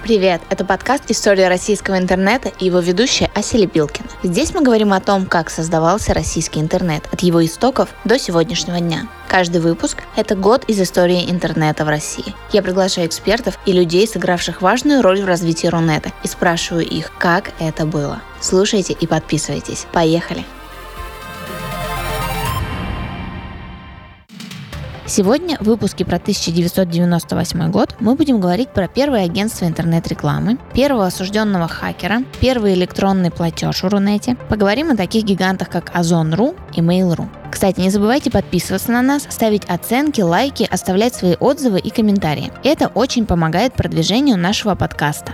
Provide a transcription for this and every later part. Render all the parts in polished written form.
Привет! Это подкаст «История российского интернета» и его ведущая Ася Лепилкина. Здесь мы говорим о том, как создавался российский интернет от его истоков до сегодняшнего дня. Каждый выпуск – это год из истории интернета в России. Я приглашаю экспертов и людей, сыгравших важную роль в развитии Рунета, и спрашиваю их, как это было. Слушайте и подписывайтесь. Поехали! Сегодня в выпуске про 1998 год мы будем говорить про первое агентство интернет-рекламы, первого осужденного хакера, первый электронный платеж в Рунете. Поговорим о таких гигантах, как Озон.ру и Mail.ru. Кстати, не забывайте подписываться на нас, ставить оценки, лайки, оставлять свои отзывы и комментарии. Это очень помогает продвижению нашего подкаста.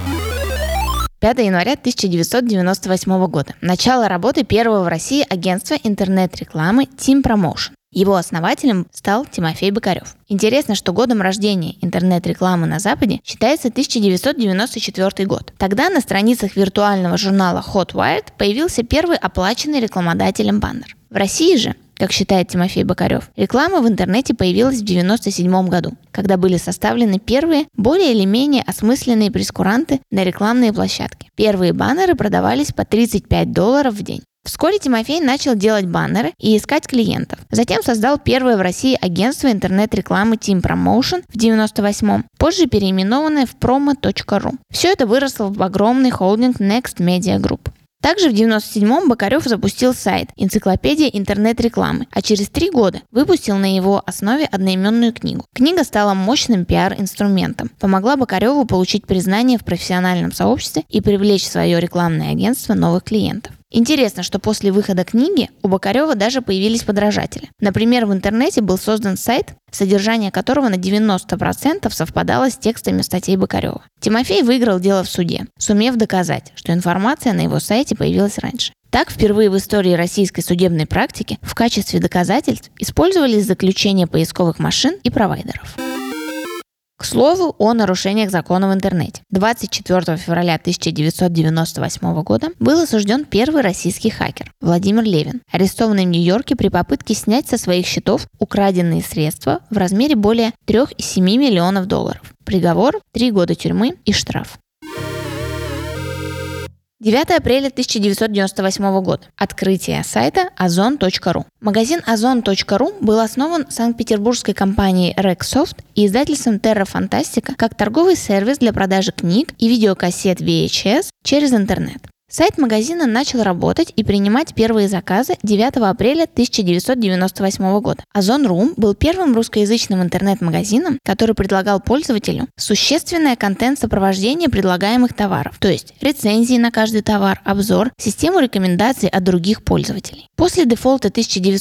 5 января 1998 года. Начало работы первого в России агентства интернет-рекламы Team Promotion. Его основателем стал Тимофей Бокарев. Интересно, что годом рождения интернет-рекламы на Западе считается 1994 год. Тогда на страницах виртуального журнала Hot Wired появился первый оплаченный рекламодателем баннер. В России же, как считает Тимофей Бокарев, реклама в интернете появилась в 1997 году, когда были составлены первые, более или менее осмысленные прескуранты на рекламные площадки. Первые баннеры продавались по $35 в день. Вскоре Тимофей начал делать баннеры и искать клиентов. Затем создал первое в России агентство интернет-рекламы Team Promotion в 1998-м, позже переименованное в promo.ru. Все это выросло в огромный холдинг Next Media Group. Также в 1997-м Бокарев запустил сайт «Энциклопедия интернет-рекламы», а через 3 года выпустил на его основе одноименную книгу. Книга стала мощным пиар-инструментом, помогла Бокареву получить признание в профессиональном сообществе и привлечь в свое рекламное агентство новых клиентов. Интересно, что после выхода книги у Бокарева даже появились подражатели. Например, в интернете был создан сайт, содержание которого на 90% совпадало с текстами статей Бокарева. Тимофей выиграл дело в суде, сумев доказать, что информация на его сайте появилась раньше. Так, впервые в истории российской судебной практики в качестве доказательств использовались заключения поисковых машин и провайдеров. К слову о нарушениях закона в интернете. 24 февраля 1998 года был осужден первый российский хакер Владимир Левин, арестованный в Нью-Йорке при попытке снять со своих счетов украденные средства в размере более $3,7 миллионов. Приговор – 3 года тюрьмы и штраф. 9 апреля 1998 года. Открытие сайта ozon.ru. Магазин ozon.ru был основан санкт-петербургской компанией Rexsoft и издательством Terra Fantastica как торговый сервис для продажи книг и видеокассет VHS через интернет. Сайт магазина начал работать и принимать первые заказы 9 апреля 1998 года. Ozon.ru был первым русскоязычным интернет-магазином, который предлагал пользователю существенное контент-сопровождение предлагаемых товаров, то есть рецензии на каждый товар, обзор, систему рекомендаций от других пользователей. После дефолта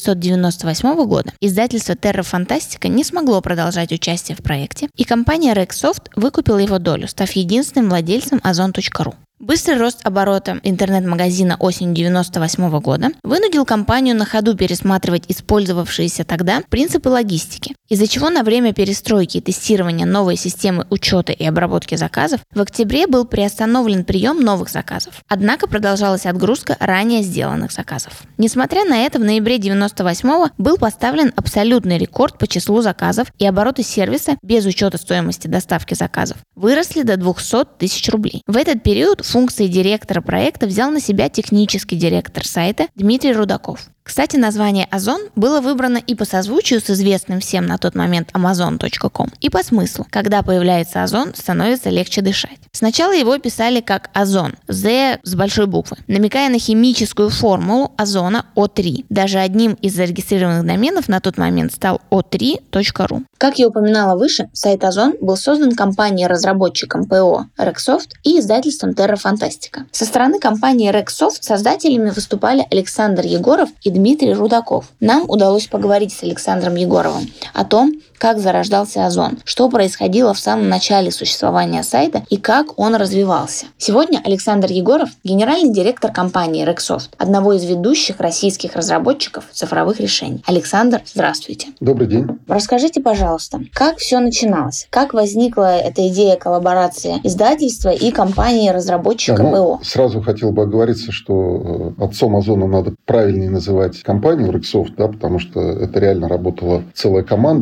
1998 года издательство Terra Fantastica не смогло продолжать участие в проекте, и компания Rexsoft выкупила его долю, став единственным владельцем Ozon.ru. Быстрый рост оборота интернет-магазина осенью 1998 года вынудил компанию на ходу пересматривать использовавшиеся тогда принципы логистики, из-за чего на время перестройки и тестирования новой системы учета и обработки заказов в октябре был приостановлен прием новых заказов. Однако продолжалась отгрузка ранее сделанных заказов. Несмотря на это, в ноябре 1998 был поставлен абсолютный рекорд по числу заказов, и обороты сервиса без учета стоимости доставки заказов выросли до 200 тысяч рублей. В этот период функции директора проекта взял на себя технический директор сайта Дмитрий Рудаков. Кстати, название Озон было выбрано и по созвучию с известным всем на тот момент Amazon.com, и по смыслу. Когда появляется озон, становится легче дышать. Сначала его писали как озон, Z с большой буквы, намекая на химическую формулу озона О3. Даже одним из зарегистрированных доменов на тот момент стал o3.ru. Как я упоминала выше, сайт Озон был создан компанией-разработчиком ПО Rexsoft и издательством Terra Fantastica. Со стороны компании Rexsoft создателями выступали Александр Егоров и Дмитрий Рудаков. Нам удалось поговорить с Александром Егоровым о том, как зарождался Озон, что происходило в самом начале существования сайта и как он развивался. Сегодня Александр Егоров – генеральный директор компании Rexsoft, одного из ведущих российских разработчиков цифровых решений. Александр, здравствуйте. Добрый день. Расскажите, пожалуйста, как все начиналось? Как возникла эта идея коллаборации издательства и компании-разработчика ПО? Сразу хотел бы оговориться, что отцом Озона надо правильнее называть компанию Rexsoft, потому что это реально работала целая команда, а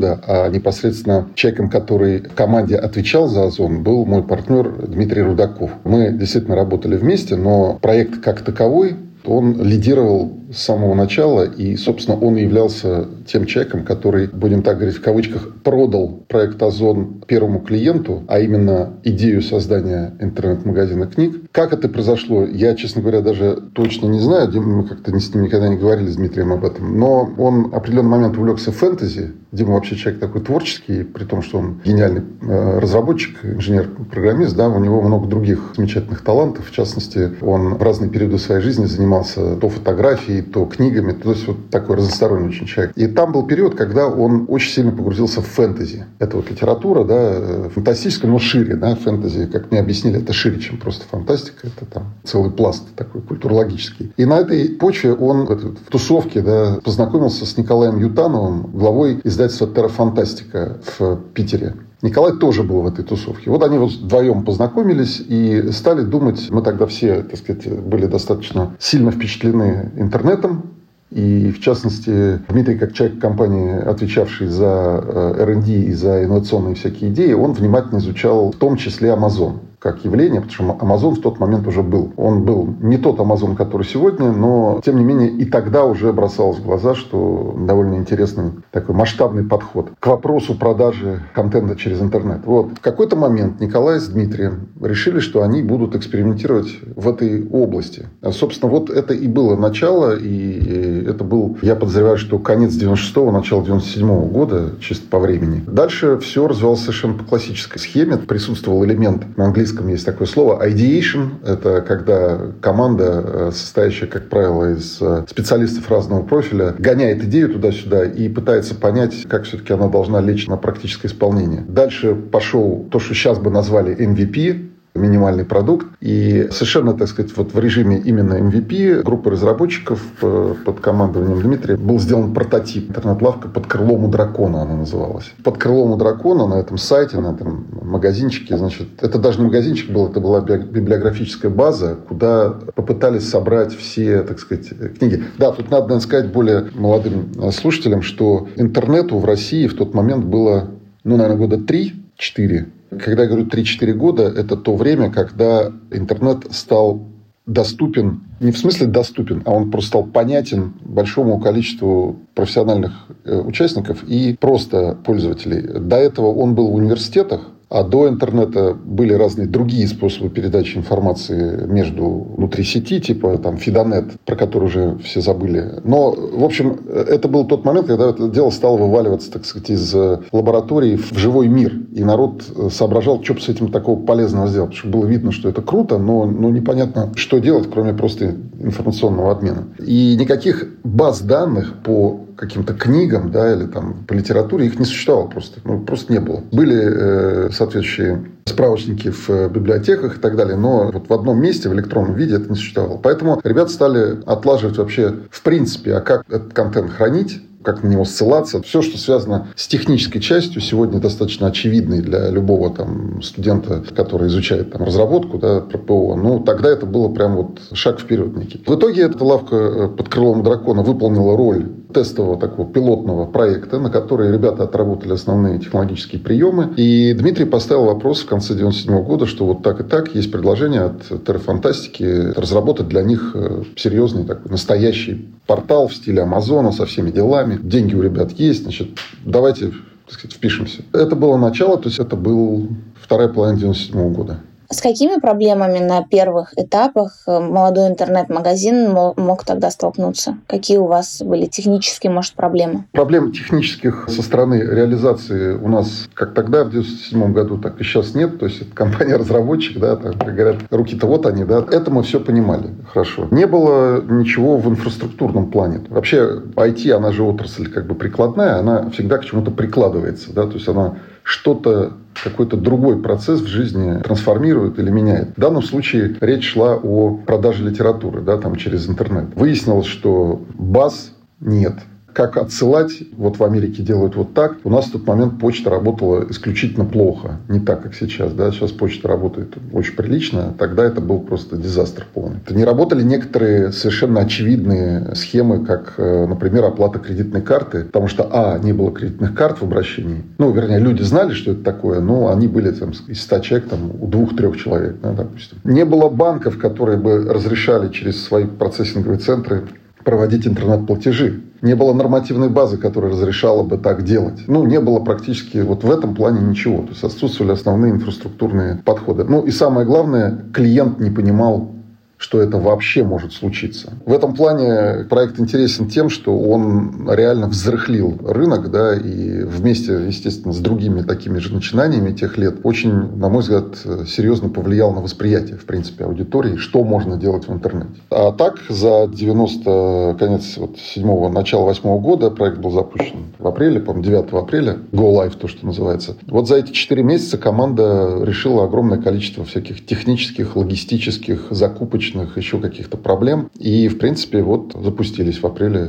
А непосредственно человеком, который в команде отвечал за Озон, был мой партнер Дмитрий Рудаков. Мы действительно работали вместе, но проект как таковой, он лидировал с самого начала, и, собственно, он являлся тем человеком, который, будем так говорить в кавычках, продал проект «Озон» первому клиенту, а именно идею создания интернет-магазина книг. Как это произошло, я, честно говоря, даже точно не знаю. Мы как-то с ним никогда не говорили, с Дмитрием, об этом. Но он в определенный момент увлекся фэнтези. Дима вообще человек такой творческий, при том, что он гениальный разработчик, инженер-программист. Да, у него много других замечательных талантов. В частности, он в разные периоды своей жизни занимался то фотографией, то книгами. То есть вот такой разносторонний очень человек. И там был период, когда он очень сильно погрузился в фэнтези. Это вот литература, да, фантастическая, но шире. Да, фэнтези, как мне объяснили, это шире, чем просто фантастика. Это там целый пласт такой культурологический. И на этой почве он в тусовке, да, познакомился с Николаем Ютановым, главой издательства «Терра Фантастика» в Питере. Николай тоже был в этой тусовке. Вот они вот вдвоем познакомились и стали думать. Мы тогда все, так сказать, были достаточно сильно впечатлены интернетом. И, в частности, Дмитрий, как человек компании, отвечавший за R&D и за инновационные всякие идеи, он внимательно изучал в том числе Amazon как явление, потому что Amazon в тот момент уже был. Он был не тот Amazon, который сегодня, но, тем не менее, и тогда уже бросалось в глаза, что довольно интересный такой масштабный подход к вопросу продажи контента через интернет. Вот. В какой-то момент Николай с Дмитрием решили, что они будут экспериментировать в этой области. Собственно, вот это и было начало, и это был, я подозреваю, что конец 96-го, начало 97-го года, чисто по времени. Дальше все развивалось совершенно по классической схеме. Присутствовал элемент, на английском есть такое слово ideation. Это когда команда, состоящая, как правило, из специалистов разного профиля, гоняет идею туда-сюда и пытается понять, как все-таки она должна лечь на практическое исполнение. Дальше пошел то, что сейчас бы назвали MVP, минимальный продукт. И совершенно, так сказать, вот в режиме именно MVP группы разработчиков под командованием Дмитрия был сделан прототип. Интернет-лавка «Под крылом у дракона» она называлась. «Под крылом у дракона» на этом сайте, на этом магазинчике, значит, это даже не магазинчик был, это была библиографическая база, куда попытались собрать все, так сказать, книги. Да, тут надо, наверное, сказать более молодым слушателям, что интернету в России в тот момент было, наверное, года 3-4. Когда я говорю 3-4 года, это то время, когда интернет стал доступен, не в смысле доступен, а он просто стал понятен большому количеству профессиональных участников и просто пользователей. До этого он был в университетах, а до интернета были разные другие способы передачи информации внутри сети, типа там Фидонет, про который уже все забыли. Но, в общем, это был тот момент, когда это дело стало вываливаться, так сказать, из лаборатории в живой мир. И народ соображал, что бы с этим такого полезного сделать. Потому что было видно, что это круто, но непонятно, что делать, кроме просто информационного обмена. И никаких баз данных по каким-то книгам, да, или там по литературе их не существовало просто. Просто не было. Были соответствующие справочники в библиотеках и так далее, но вот в одном месте в электронном виде это не существовало. Поэтому ребята стали отлаживать вообще в принципе, а как этот контент хранить, как на него ссылаться. Все, что связано с технической частью, сегодня достаточно очевидной для любого там студента, который изучает там разработку, да, про ПО. Тогда это было прям вот шаг вперед некий. В итоге эта лавка «Под крылом дракона» выполнила роль тестового такого пилотного проекта, на который ребята отработали основные технологические приемы. И Дмитрий поставил вопрос в конце 97 года, что вот так и так есть предложение от Terra Фантастики разработать для них серьезный такой настоящий портал в стиле Амазона со всеми делами. Деньги у ребят есть, значит, давайте, так сказать, впишемся. Это было начало, то есть это был вторая половина 97 года. С какими проблемами на первых этапах молодой интернет-магазин мог тогда столкнуться? Какие у вас были технические, может, проблемы? Проблем технических со стороны реализации у нас как тогда, в 1997 году, так и сейчас нет. То есть, это компания-разработчик, да, там, как говорят, руки-то вот они, да. Это мы все понимали хорошо. Не было ничего в инфраструктурном плане. Вообще, IT, она же отрасль как бы прикладная, она всегда к чему-то прикладывается, да, то есть, она что-то, какой-то другой процесс в жизни трансформирует или меняет. В данном случае речь шла о продаже литературы, да, там, через интернет. Выяснилось, что баз нет. как отсылать. Вот в Америке делают вот так. У нас в тот момент почта работала исключительно плохо. Не так, как сейчас. Да? Сейчас почта работает очень прилично. Тогда это был просто дизастер полный. Не работали некоторые совершенно очевидные схемы, как, например, оплата кредитной карты. Потому что, не было кредитных карт в обращении. Вернее, люди знали, что это такое, но они были там, из 100 человек у 2-3 человек, да, допустим. Не было банков, которые бы разрешали через свои процессинговые центры проводить интернет-платежи. Не было нормативной базы, которая разрешала бы так делать. Не было практически вот в этом плане ничего. То есть отсутствовали основные инфраструктурные подходы. И самое главное, клиент не понимал, что это вообще может случиться. В этом плане проект интересен тем, что он реально взрыхлил рынок, да, и вместе, естественно, с другими такими же начинаниями тех лет очень, на мой взгляд, серьезно повлиял на восприятие, в принципе, аудитории, что можно делать в интернете. А так, за конец 7-го, начало 8-го года проект был запущен в апреле, по-моему, 9 апреля, Go Live, то, что называется. Вот за эти 4 месяца команда решила огромное количество всяких технических, логистических, закупочных, еще каких-то проблем. И, в принципе, запустились в апреле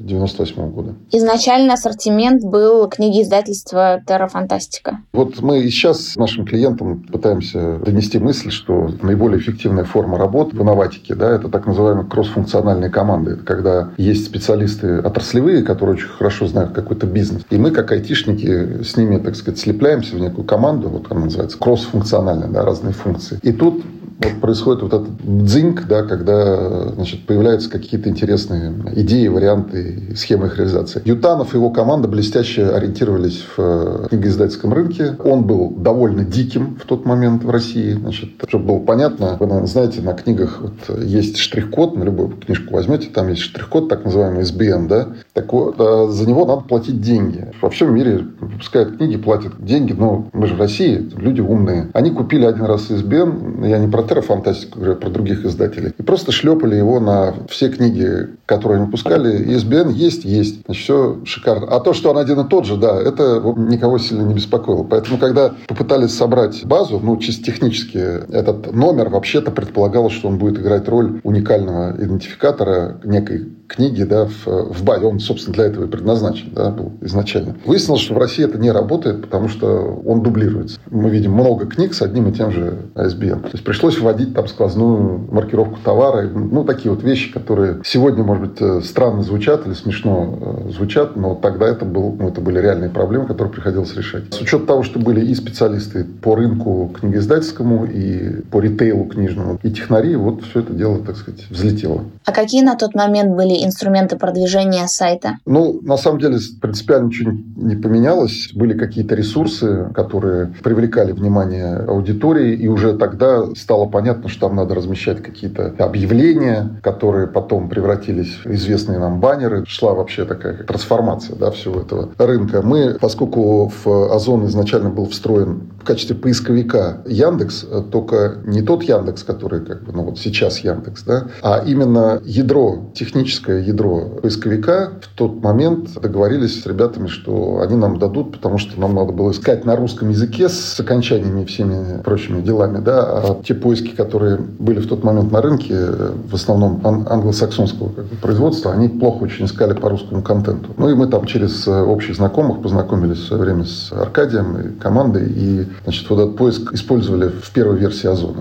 98 года. Изначально ассортимент был книги издательства Terra Fantastica. Мы и сейчас нашим клиентам пытаемся донести мысль, что наиболее эффективная форма работы в инноватике, да, это так называемые кроссфункциональные команды. Это когда есть специалисты отраслевые, которые очень хорошо знают какой-то бизнес. И мы, как айтишники, с ними, так сказать, слепляемся в некую команду, она называется кроссфункциональная, да, разные функции. И тут происходит этот дзиньк, да, когда, появляются какие-то интересные идеи, варианты, схемы их реализации. Ютанов и его команда блестяще ориентировались в книгоиздательском рынке. Он был довольно диким в тот момент в России. Чтобы было понятно, вы, наверное, знаете, на книгах есть штрих-код, на любую книжку возьмете, там есть штрих-код, так называемый ISBN, да. Так вот, за него надо платить деньги. Во всем мире выпускают книги, платят деньги, но мы же в России, люди умные. Они купили один раз ISBN, я не про Terra Fantastica, говорю, про других издателей. И просто шлепали его на все книги, которые они выпускали. ISBN есть. Все шикарно. А то, что он один и тот же, да, это никого сильно не беспокоило. Поэтому, когда попытались собрать базу, чисто технически, этот номер вообще-то предполагалось, что он будет играть роль уникального идентификатора некой книги, да, в базе. Он, собственно, для этого и предназначен, да, был изначально. Выяснилось, что в России это не работает, потому что он дублируется. Мы видим много книг с одним и тем же ISBN. То есть пришлось вводить там сквозную маркировку товара. Такие вещи, которые сегодня, может быть, странно звучат или смешно звучат, но тогда это были реальные проблемы, которые приходилось решать. С учетом того, что были и специалисты по рынку книгоиздательскому, и по ритейлу книжному, и технари, все это дело, так сказать, взлетело. А какие на тот момент были инструменты продвижения сайта? На самом деле, принципиально ничего не поменялось. Были какие-то ресурсы, которые привлекали внимание аудитории, и уже тогда стало понятно, что там надо размещать какие-то объявления, которые потом превратились в известные нам баннеры. Шла вообще такая трансформация, да, всего этого рынка. Поскольку в Озон изначально был встроен в качестве поисковика Яндекс, только не тот Яндекс, который сейчас Яндекс, да, а именно техническое ядро поисковика. В тот момент договорились с ребятами, что они нам дадут, потому что нам надо было искать на русском языке с окончаниями и всеми прочими делами, да, а те поиски, которые были в тот момент на рынке, в основном англосаксонского производства, они плохо очень искали по русскому контенту. И мы там через общих знакомых познакомились в свое время с Аркадием и командой, и этот поиск использовали в первой версии Озона.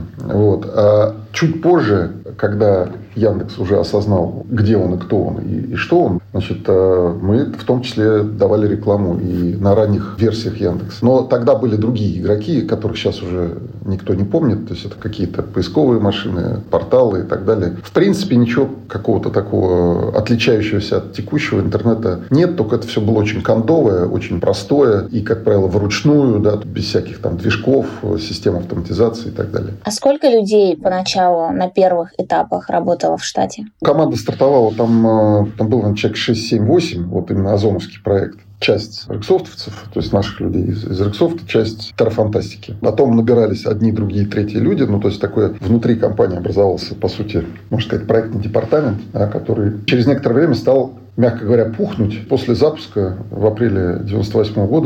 А чуть позже, когда Яндекс уже осознал, где он и кто он и что он, мы в том числе давали рекламу и на ранних версиях Яндекса. Но тогда были другие игроки, которых сейчас уже никто не помнит. То есть это какие-то поисковые машины, порталы и так далее. В принципе, ничего какого-то такого отличающегося от текущего интернета нет. Только это все было очень кондовое, очень простое и, как правило, вручную, да, без всяких там движков, систем автоматизации и так далее. А сколько людей поначалу на первых этапах работало в штате? Команда стартовала, там было человек 6-7-8, именно озоновский проект. Часть рексофтовцев, то есть наших людей из Рексофта, часть Terra Fantastica. Потом набирались одни, другие, третьи люди. То есть такое внутри компании образовался, по сути, можно сказать, проектный департамент, да, который через некоторое время стал, мягко говоря, пухнуть. После запуска в апреле 1998 года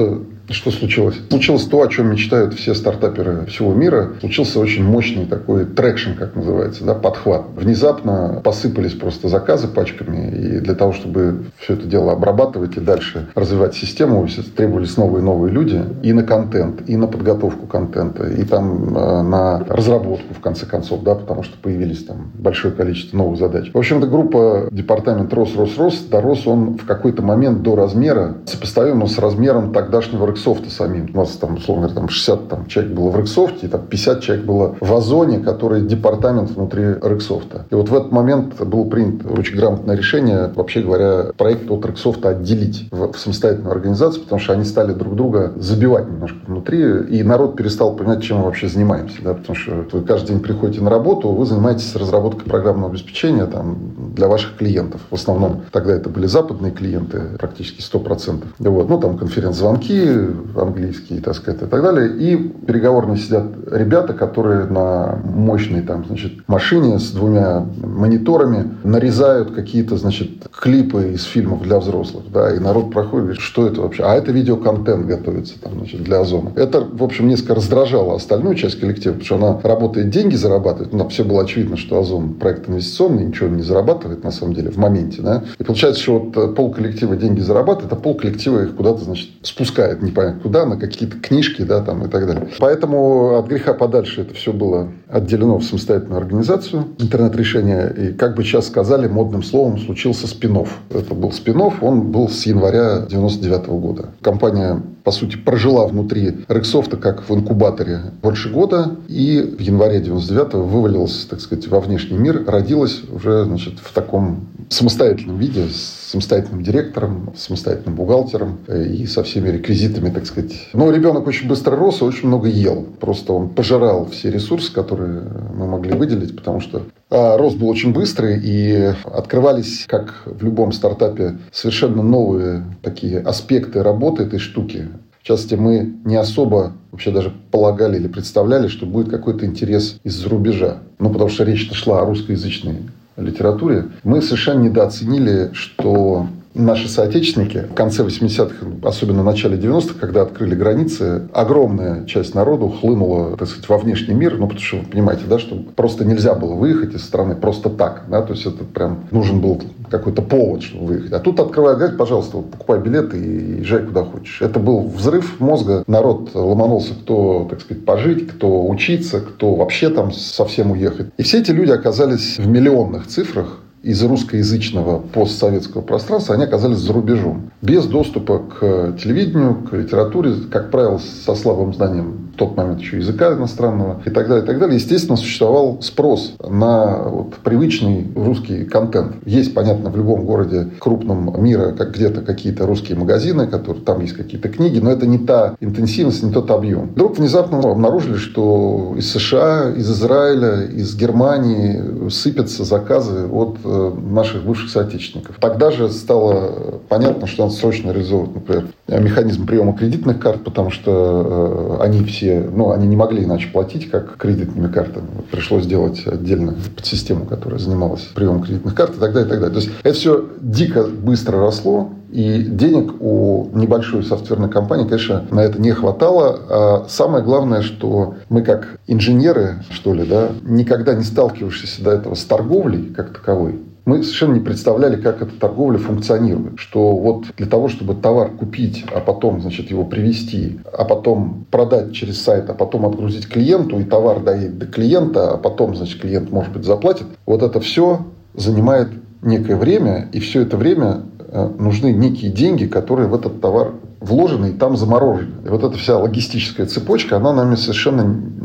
Что случилось? Случилось то, о чем мечтают все стартаперы всего мира. Случился очень мощный такой трекшн, как называется, да, подхват. Внезапно посыпались просто заказы пачками. И для того, чтобы все это дело обрабатывать и дальше развивать систему, требовались новые и новые люди и на контент, и на подготовку контента, и там на разработку, в конце концов, да, потому что появились там большое количество новых задач. В общем-то, группа, департамент рос. Дорос он в какой-то момент до размера, сопоставимого с размером тогдашнего Рексофта самим. У нас там, условно говоря, 60 человек было в Рексофте, и там 50 человек было в Озоне, который департамент внутри Рексофта. И вот в этот момент было принято очень грамотное решение, вообще говоря, проект от Рексофта отделить в самостоятельную организацию, потому что они стали друг друга забивать немножко внутри, и народ перестал понимать, чем мы вообще занимаемся. Да? Потому что вы каждый день приходите на работу, вы занимаетесь разработкой программного обеспечения там, для ваших клиентов. В основном тогда это были западные клиенты, практически 100%. Вот. Ну, там конференц-звонки английские, так сказать, и так далее. И переговорные сидят ребята, которые на мощной там, значит, машине с 2 мониторами нарезают какие-то, значит, клипы из фильмов для взрослых. Да? И народ проходит и говорит, что это вообще? А это видеоконтент готовится там, значит, для Озона. Это, в общем, несколько раздражало остальную часть коллектива, потому что она работает, деньги зарабатывает. Ну, все было очевидно, что Озон проект инвестиционный, ничего не зарабатывает на самом деле в моменте. Да? И получается, что вот полколлектива деньги зарабатывает, а полколлектива их куда-то, значит, спускает, непонятно куда, на какие-то книжки, да, там, и так далее. Поэтому от греха подальше это все было отделено в самостоятельную организацию, интернет-решение. И, как бы сейчас сказали модным словом, случился спин-офф. Это был спин-офф, он был с января 1999 года. Компания, по сути, прожила внутри Рексофта как в инкубаторе больше года, и в январе 1999-го вывалилась, так сказать, во внешний мир, родилась уже, значит, в таком самостоятельном виде, с самостоятельным директором, самостоятельным бухгалтером и со всеми реквизитами, так сказать. Но ребенок очень быстро рос и очень много ел. Просто он пожирал все ресурсы, которые мы могли выделить, потому что рост был очень быстрый, и открывались, как в любом стартапе, совершенно новые такие аспекты работы этой штуки. В частности, мы не особо вообще даже полагали или представляли, что будет какой-то интерес из-за рубежа. Ну, потому что речь шла о русскоязычной литературе. Мы совершенно недооценили, что наши соотечественники в конце 80-х, особенно в начале 90-х, когда открыли границы, огромная часть народу хлынула, так сказать, во внешний мир. Ну, потому что вы понимаете, да, что просто нельзя было выехать из страны просто так. Да? То есть это прям нужен был какой-то повод, чтобы выехать. А тут открывают, говорят, пожалуйста, покупай билеты и езжай куда хочешь. Это был взрыв мозга. Народ ломанулся, кто, так сказать, пожить, кто учиться, кто вообще там совсем уехать. И все эти люди оказались в миллионных цифрах. Из русскоязычного постсоветского пространства они оказались за рубежом. Без доступа к телевидению, к литературе, как правило, со слабым знанием в тот момент еще языка иностранного и так далее, и так далее. Естественно, существовал спрос на вот привычный русский контент. Есть, понятно, в любом городе крупном мира как где-то какие-то русские магазины, которые там есть какие-то книги, но это не та интенсивность, не тот объем. Вдруг внезапно обнаружили, что из США, из Израиля, из Германии сыпятся заказы от наших бывших соотечественников. Тогда же стало понятно, что надо срочно реализовывать, например, механизм приема кредитных карт, потому что они все, они не могли иначе платить, как кредитными картами. Пришлось делать отдельно подсистему, которая занималась приемом кредитных карт и так далее, и так далее. То есть это все дико быстро росло, и денег у небольшой софтверной компании, конечно, на это не хватало. А самое главное, что мы как инженеры, что ли, да, никогда не сталкивавшиеся до этого с торговлей как таковой, мы совершенно не представляли, как эта торговля функционирует. Что вот для того, чтобы товар купить, а потом, значит, его привезти, а потом продать через сайт, а потом отгрузить клиенту, и товар доедет до клиента, а потом, значит, клиент, может быть, заплатит. Вот это все занимает некое время, и все это время нужны некие деньги, которые в этот товар вложены и там заморожены. И вот эта вся логистическая цепочка, она нами совершенно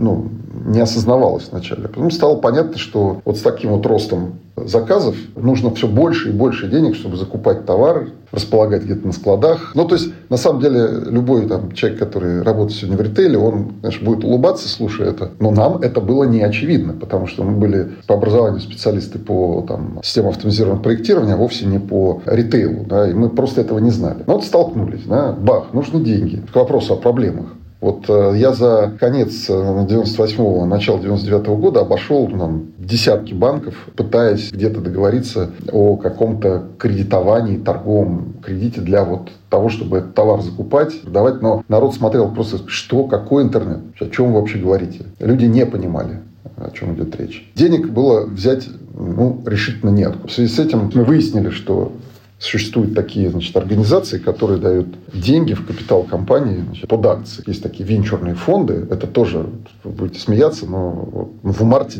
не осознавалась вначале. Потом стало понятно, что вот с таким вот ростом заказов нужно все больше и больше денег, чтобы закупать товар, располагать где-то на складах. То есть, на самом деле, любой там человек, который работает сегодня в ритейле, он, конечно, будет улыбаться, слушая это. Но нам это было не очевидно, потому что мы были по образованию специалисты по системам автоматизированного проектирования, а вовсе не по ритейлу. Да, и мы просто этого не знали. Но вот столкнулись. Да, бах, нужны деньги. К вопросу о проблемах. Вот я за конец 98-го, начало 99-го года обошел десятки банков, пытаясь где-то договориться о каком-то кредитовании, торговом кредите для того, чтобы этот товар закупать, продавать. Но народ смотрел просто, что, какой интернет, о чем вы вообще говорите. Люди не понимали, о чем идет речь. Денег было взять решительно неоткуда. В связи с этим мы выяснили, что существуют такие, организации, которые дают деньги в капитал компании под акции. Есть такие венчурные фонды. Это тоже, вы будете смеяться, но в марте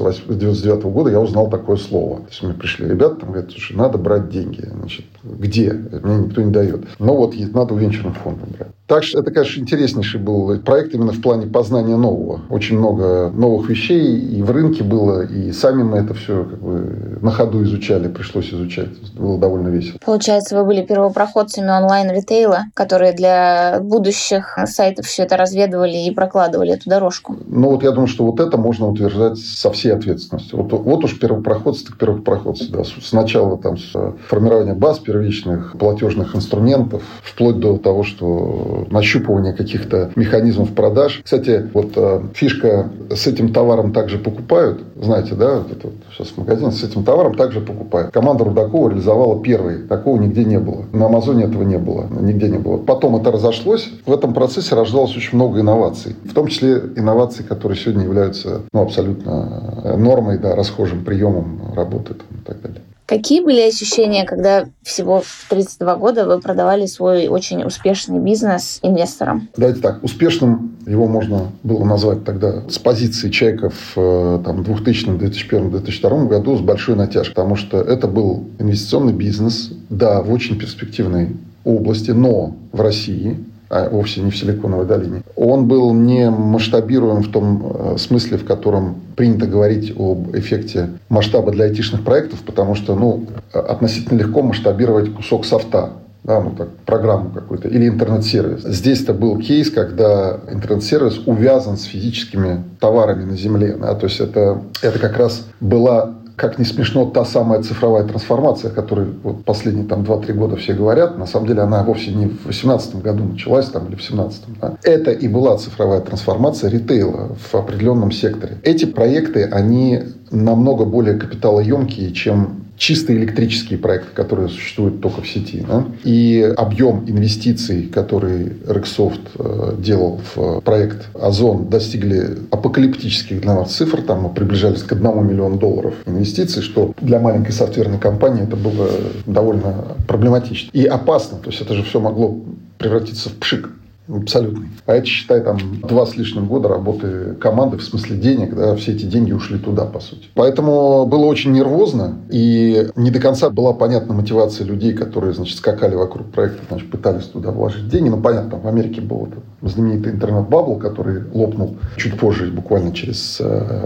99 года я узнал такое слово. То есть мне пришли ребята, говорят, слушай, надо брать деньги. Где? Мне никто не дает. Но надо у венчурных фондов брать. Так что это, конечно, интереснейший был проект именно в плане познания нового. Очень много новых вещей и в рынке было, и сами мы это все на ходу изучали, пришлось изучать. Было довольно весело. Получается, вы были первопроходцами онлайн-ритейла, которые для будущих сайтов все это разведывали и прокладывали эту дорожку. Я думаю, что это можно утверждать со всей ответственностью. Вот уж первопроходцы, так первопроходцы. Да. Сначала с формирования баз первичных, платежных инструментов, вплоть до того, что нащупывание каких-то механизмов продаж. Кстати, фишка: с этим товаром также покупают. Знаете, да? Сейчас в магазине с этим товаром также покупают. Команда Рудакова реализовала первый. Такого нигде не было. На Амазоне этого не было. Нигде не было. Потом это разошлось. В этом процессе рождалось очень много инноваций. В том числе инноваций, которые сегодня являются абсолютно нормой, расхожим приемом работы и так далее. Какие были ощущения, когда всего в 32 года вы продавали свой очень успешный бизнес инвесторам? Давайте так. Успешным его можно было назвать тогда с позиции человека в 2000, 2001, 2002 году с большой натяжкой. Потому что это был инвестиционный бизнес, в очень перспективной области, но в России, а вовсе не в Силиконовой долине. Он был не масштабируем в том смысле, в котором принято говорить об эффекте масштаба для айтишных проектов, потому что относительно легко масштабировать кусок софта. Программу какую-то или интернет-сервис. Здесь-то был кейс, когда интернет-сервис увязан с физическими товарами на земле. То есть это как раз была, как не смешно, та самая цифровая трансформация, о которой последние 2-3 года все говорят. На самом деле она вовсе не в 2018 году началась или в 2017. Это и была цифровая трансформация ритейла в определенном секторе. Эти проекты, они намного более капиталоемкие, чем чисто электрические проекты, которые существуют только в сети. И объем инвестиций, который Rexsoft делал в проект Озон, достигли апокалиптических для нас цифр. Мы приближались к $1 миллион инвестиций, что для маленькой софтверной компании это было довольно проблематично. И опасно. То есть это же все могло превратиться в пшик. Абсолютный. А это, считай, 2 с лишним года работы команды, в смысле денег, все эти деньги ушли туда, по сути. Поэтому было очень нервозно, и не до конца была понятна мотивация людей, которые, скакали вокруг проекта, пытались туда вложить деньги. Понятно, в Америке был знаменитый интернет-бабл, который лопнул чуть позже, буквально через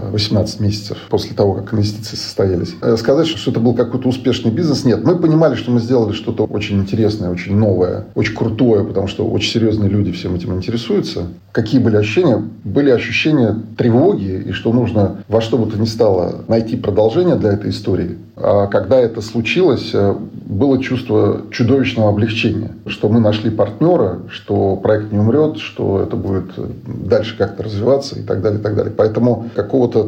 18 месяцев после того, как инвестиции состоялись. Сказать, что это был какой-то успешный бизнес, нет. Мы понимали, что мы сделали что-то очень интересное, очень новое, очень крутое, потому что очень серьезные люди всем этим интересуются. Какие были ощущения? Были ощущения тревоги, и что нужно во что бы то ни стало найти продолжение для этой истории. А когда это случилось, было чувство чудовищного облегчения, что мы нашли партнера, что проект не умрет, что это будет дальше как-то развиваться и так далее, и так далее. Поэтому какого-то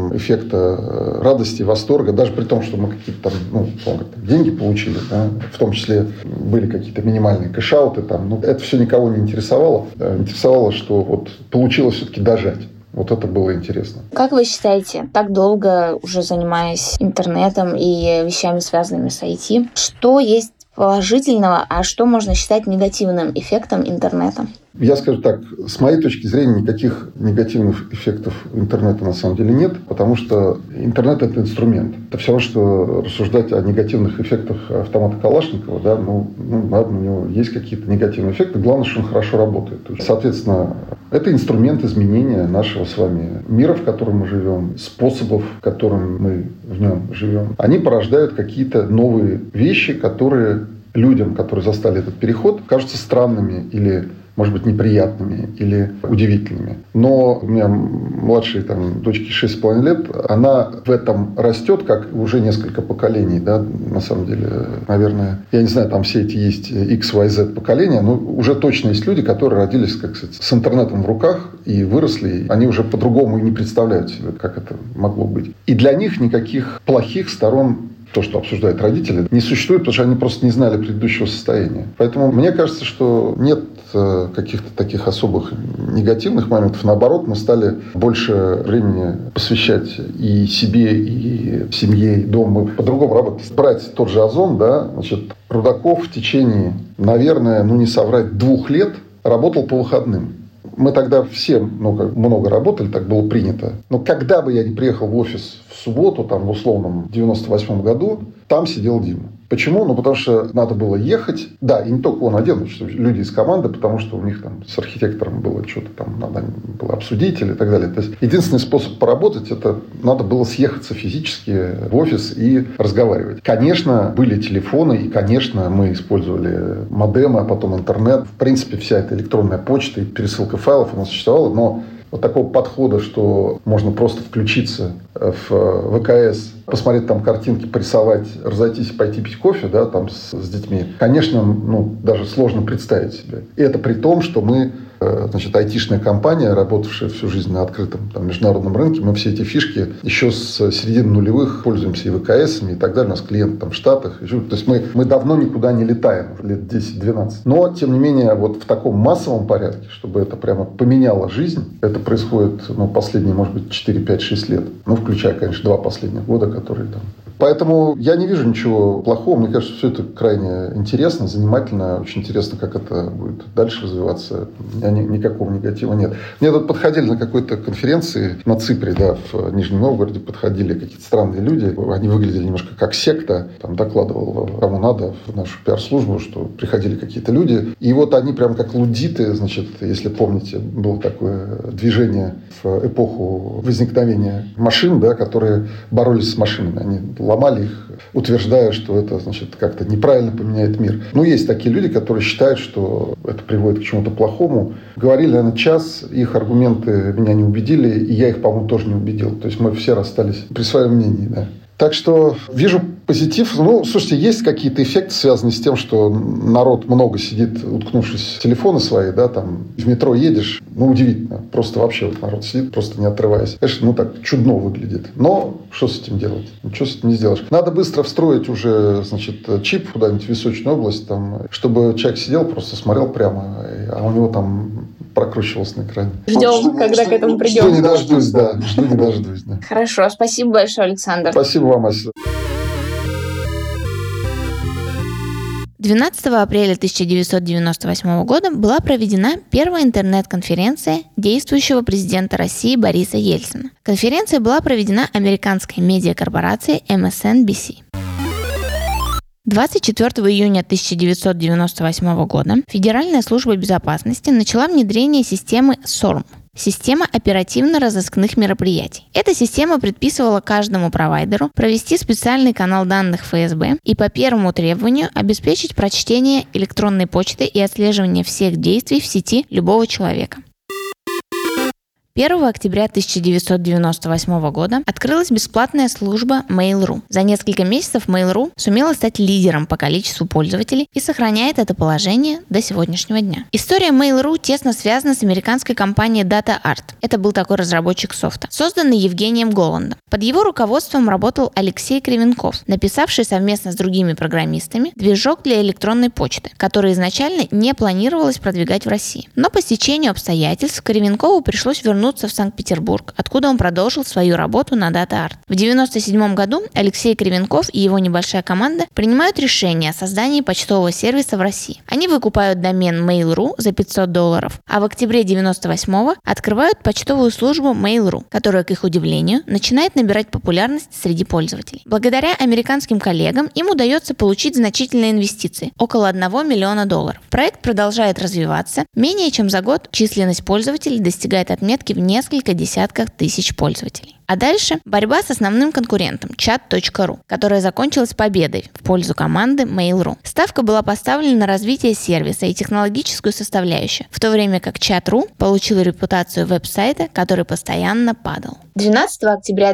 эффекта радости, восторга, даже при том, что мы какие-то деньги получили, в том числе были какие-то минимальные кэш-ауты, это все никого не интересовало. Интересовало, что получилось все-таки дожать. Это было интересно. Как вы считаете, так долго уже занимаясь интернетом и вещами, связанными с IT, что есть положительного, а что можно считать негативным эффектом интернета? Я скажу так, с моей точки зрения, никаких негативных эффектов интернета на самом деле нет, потому что интернет – это инструмент. Это все равно, что рассуждать о негативных эффектах автомата Калашникова, ладно, у него есть какие-то негативные эффекты, главное, что он хорошо работает. Соответственно, это инструмент изменения нашего с вами мира, в котором мы живем, способов, в котором мы в нем живем. Они порождают какие-то новые вещи, которые людям, которые застали этот переход, кажутся странными или может быть, неприятными или удивительными. Но у меня младшей дочке 6,5 лет, она в этом растет, как уже несколько поколений, да, на самом деле, наверное, я не знаю, там все эти есть X, Y, Z поколения, но уже точно есть люди, которые родились, как сказать, с интернетом в руках и выросли, и они уже по-другому и не представляют себе, как это могло быть. И для них никаких плохих сторон, то, что обсуждают родители, не существует, потому что они просто не знали предыдущего состояния. Поэтому мне кажется, что нет каких-то таких особых негативных моментов. Наоборот, мы стали больше времени посвящать и себе, и семье, и дому. Мы по-другому работать. Брать тот же Озон, да, значит, Рудаков в течение, наверное, не соврать, 2 лет работал по выходным. Мы тогда все много работали, так было принято. Но когда бы я не приехал в офис в субботу, в условном 98 году, там сидел Дима. Почему? Потому что надо было ехать. Да, и не только он один, что люди из команды, потому что у них с архитектором было что-то надо было обсудить или так далее. То есть единственный способ поработать, это надо было съехаться физически в офис и разговаривать. Конечно, были телефоны, и, конечно, мы использовали модемы, а потом интернет. В принципе, вся эта электронная почта и пересылка файлов у нас существовала, но вот такого подхода, что можно просто включиться в ВКС, посмотреть там картинки, порисовать, разойтись и пойти пить кофе, да, с детьми, конечно, даже сложно представить себе. И это при том, что мы, айтишная компания, работавшая всю жизнь на открытом международном рынке, мы все эти фишки еще с середины нулевых пользуемся и ВКСами и так далее. У нас клиенты в Штатах. То есть мы давно никуда не летаем, лет 10-12. Но, тем не менее, вот в таком массовом порядке, чтобы это прямо поменяло жизнь, это происходит последние, может быть, 4, 5, 6 лет. Включая, конечно, 2 последних года, которые там. Поэтому я не вижу ничего плохого. Мне кажется, все это крайне интересно, занимательно. Очень интересно, как это будет дальше развиваться. У меня никакого негатива нет. Мне тут подходили на какой-то конференции на Ципре, да, в Нижнем Новгороде, подходили какие-то странные люди. Они выглядели немножко как секта. Там докладывал кому надо в нашу пиар-службу, что приходили какие-то люди. И вот они прям как лудиты, если помните, было такое движение в эпоху возникновения машин, да, которые боролись с машинами. Они ломали их, утверждая, что это, как-то неправильно поменяет мир. Есть такие люди, которые считают, что это приводит к чему-то плохому. Говорили, наверное, час, их аргументы меня не убедили, и я их, по-моему, тоже не убедил. То есть мы все расстались при своем мнении, да. Так что вижу позитив. Слушайте, есть какие-то эффекты, связанные с тем, что народ много сидит, уткнувшись в телефоны свои, да, в метро едешь, удивительно. Просто вообще народ сидит, просто не отрываясь. Конечно, так чудно выглядит. Но что с этим делать? Ничего с этим не сделаешь. Надо быстро встроить уже, чип куда-нибудь в височную область, чтобы человек сидел, просто смотрел прямо, а у него прокручивалось на экране. Ждем, когда к этому придем. Жду не дождусь, да. Хорошо, спасибо большое, Александр. Спасибо вам, Ася. 12 апреля 1998 года была проведена первая интернет-конференция действующего президента России Бориса Ельцина. Конференция была проведена американской медиакорпорацией MSNBC. 24 июня 1998 года Федеральная служба безопасности начала внедрение системы SORM – система оперативно-розыскных мероприятий. Эта система предписывала каждому провайдеру провести специальный канал данных ФСБ и по первому требованию обеспечить прочтение электронной почты и отслеживание всех действий в сети любого человека. 1 октября 1998 года открылась бесплатная служба Mail.ru. За несколько месяцев Mail.ru сумела стать лидером по количеству пользователей и сохраняет это положение до сегодняшнего дня. История Mail.ru тесно связана с американской компанией DataArt. Это был такой разработчик софта, созданный Евгением Голландом. Под его руководством работал Алексей Кривенков, написавший совместно с другими программистами движок для электронной почты, который изначально не планировалось продвигать в России. Но по стечению обстоятельств Кривенкову пришлось вернуться в Санкт-Петербург, откуда он продолжил свою работу на DataArt. В 1997 году Алексей Кривенков и его небольшая команда принимают решение о создании почтового сервиса в России. Они выкупают домен Mail.ru за $500, а в октябре 1998 открывают почтовую службу Mail.ru, которая, к их удивлению, начинает набирать популярность среди пользователей. Благодаря американским коллегам им удается получить значительные инвестиции – около $1 миллиона. Проект продолжает развиваться. Менее чем за год численность пользователей достигает отметки в несколько десятков тысяч пользователей. А дальше борьба с основным конкурентом chat.ru, которая закончилась победой в пользу команды Mail.ru. Ставка была поставлена на развитие сервиса и технологическую составляющую, в то время как Chat.ru получил репутацию веб-сайта, который постоянно падал. 12 октября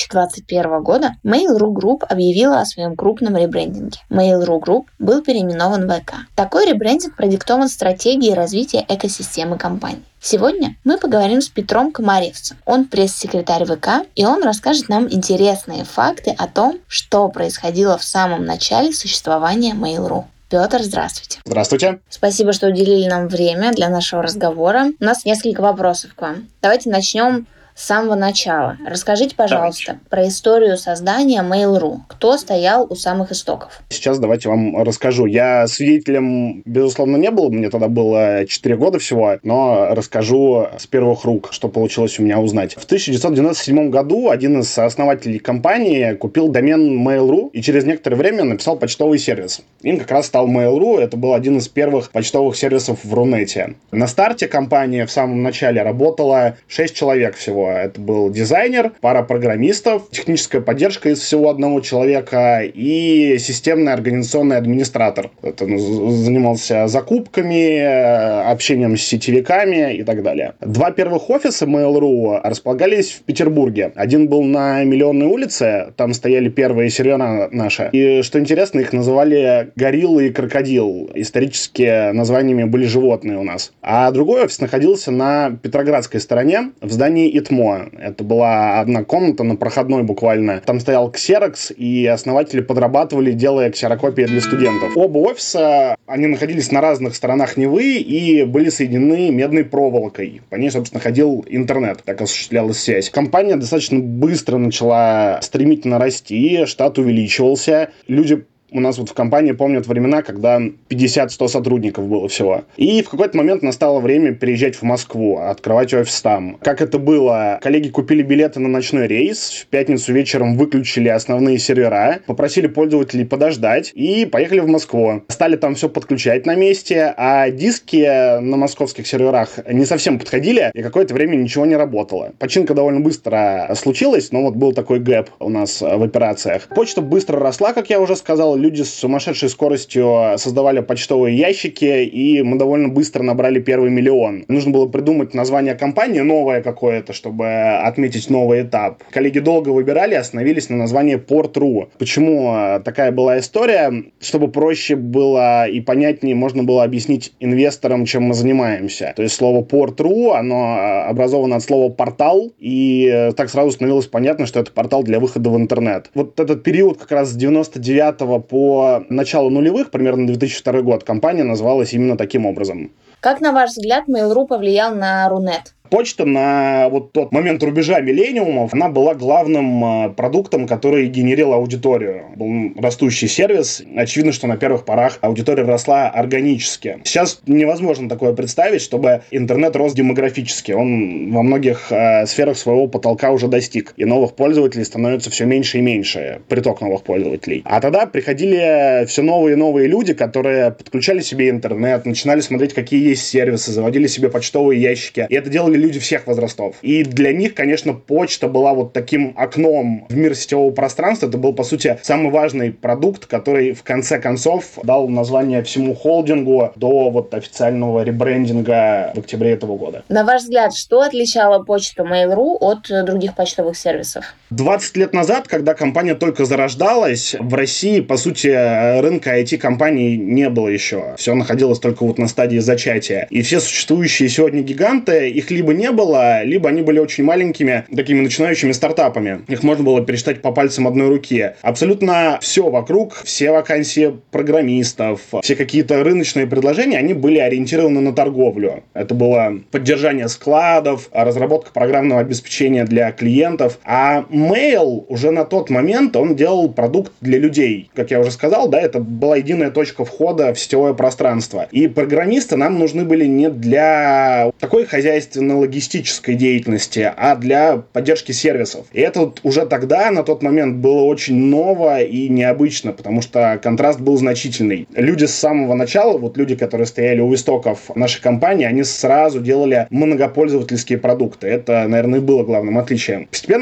2021 года Mail.ru Group объявила о своем крупном ребрендинге. Mail.ru Group был переименован в ВК. Такой ребрендинг продиктован стратегией развития экосистемы компании. Сегодня мы поговорим с Петром Комаревцем. Он пресс-секретарь ВК, и он расскажет нам интересные факты о том, что происходило в самом начале существования Mail.ru. Петр, здравствуйте. Здравствуйте. Спасибо, что уделили нам время для нашего разговора. У нас несколько вопросов к вам. Давайте начнем с самого начала. Расскажите, пожалуйста, про историю создания Mail.ru. Кто стоял у самых истоков? Сейчас давайте вам расскажу. Я свидетелем, безусловно, не был. Мне тогда было 4 года всего. Но расскажу с первых рук, что получилось у меня узнать. В 1997 году один из основателей компании купил домен Mail.ru и через некоторое время написал почтовый сервис. Им как раз стал Mail.ru. Это был один из первых почтовых сервисов в Рунете. На старте компании в самом начале работало 6 человек всего. Это был дизайнер, пара программистов, техническая поддержка из всего одного человека и системный организационный администратор. Это занимался закупками, общением с сетевиками и так далее. 2 первых офиса Mail.ru располагались в Петербурге. Один был на Миллионной улице, там стояли первые сервера наши. И, что интересно, их называли Горилла и Крокодил. Исторически названиями были животные у нас. А другой офис находился на Петроградской стороне, в здании ИТМО. Это была одна комната на проходной буквально. Там стоял ксерокс, и основатели подрабатывали, делая ксерокопии для студентов. Оба офиса, они находились на разных сторонах Невы и были соединены медной проволокой. По ней, собственно, ходил интернет, так осуществлялась связь. Компания достаточно быстро начала стремительно расти, штат увеличивался. Люди у нас вот в компании помнят времена, когда 50-100 сотрудников было всего. И в какой-то момент настало время переезжать в Москву, открывать офис там. Как это было? Коллеги купили билеты на ночной рейс, в пятницу вечером выключили основные сервера, попросили пользователей подождать и поехали в Москву. Стали там все подключать на месте, а диски на московских серверах не совсем подходили, и какое-то время ничего не работало. Починка довольно быстро случилась, но вот был такой гэп у нас в операциях. Почта быстро росла, как я уже сказал. Люди с сумасшедшей скоростью создавали почтовые ящики, и мы довольно быстро набрали первый миллион. Нужно было придумать название компании, новое какое-то, чтобы отметить новый этап. Коллеги долго выбирали, остановились на названии Port.ru. Почему такая была история? Чтобы проще было и понятнее можно было объяснить инвесторам, чем мы занимаемся. То есть слово Port.ru, оно образовано от слова портал, и так сразу становилось понятно, что это портал для выхода в интернет. Вот этот период как раз с 99 по началу нулевых, примерно 2002 год, компания называлась именно таким образом. Как, на ваш взгляд, Mail.ru повлиял на Рунет? Почта на вот тот момент рубежа миллениумов, она была главным продуктом, который генерил аудиторию. Был растущий сервис. Очевидно, что на первых порах аудитория росла органически. Сейчас невозможно такое представить, чтобы интернет рос демографически. Он во многих сферах своего потолка уже достиг. И новых пользователей становится все меньше и меньше. Приток новых пользователей. А тогда приходили все новые и новые люди, которые подключали себе интернет, начинали смотреть, какие есть сервисы, заводили себе почтовые ящики. И это делали люди всех возрастов. И для них, конечно, почта была вот таким окном в мир сетевого пространства. Это был, по сути, самый важный продукт, который в конце концов дал название всему холдингу до вот официального ребрендинга в октябре этого года. На ваш взгляд, что отличало почту Mail.ru от других почтовых сервисов? 20 лет назад, когда компания только зарождалась, в России, по сути, рынка IT-компаний не было еще. Все находилось только вот на стадии зачатия. И все существующие сегодня гиганты, их либо не было, либо они были очень маленькими, такими начинающими стартапами. Их можно было пересчитать по пальцам одной руки. Абсолютно все вокруг, все вакансии программистов, все какие-то рыночные предложения, они были ориентированы на торговлю. Это было поддержание складов, разработка программного обеспечения для клиентов. А Mail уже на тот момент, он делал продукт для людей. Как я уже сказал, да, это была единая точка входа в сетевое пространство. И программисты нам нужны были не для такой хозяйственно-логистической деятельности, а для поддержки сервисов. И это вот уже тогда, на тот момент, было очень ново и необычно, потому что контраст был значительный. Люди с самого начала, вот люди, которые стояли у истоков нашей компании, они сразу делали многопользовательские продукты. Это, наверное, и было главным отличием. Постепенно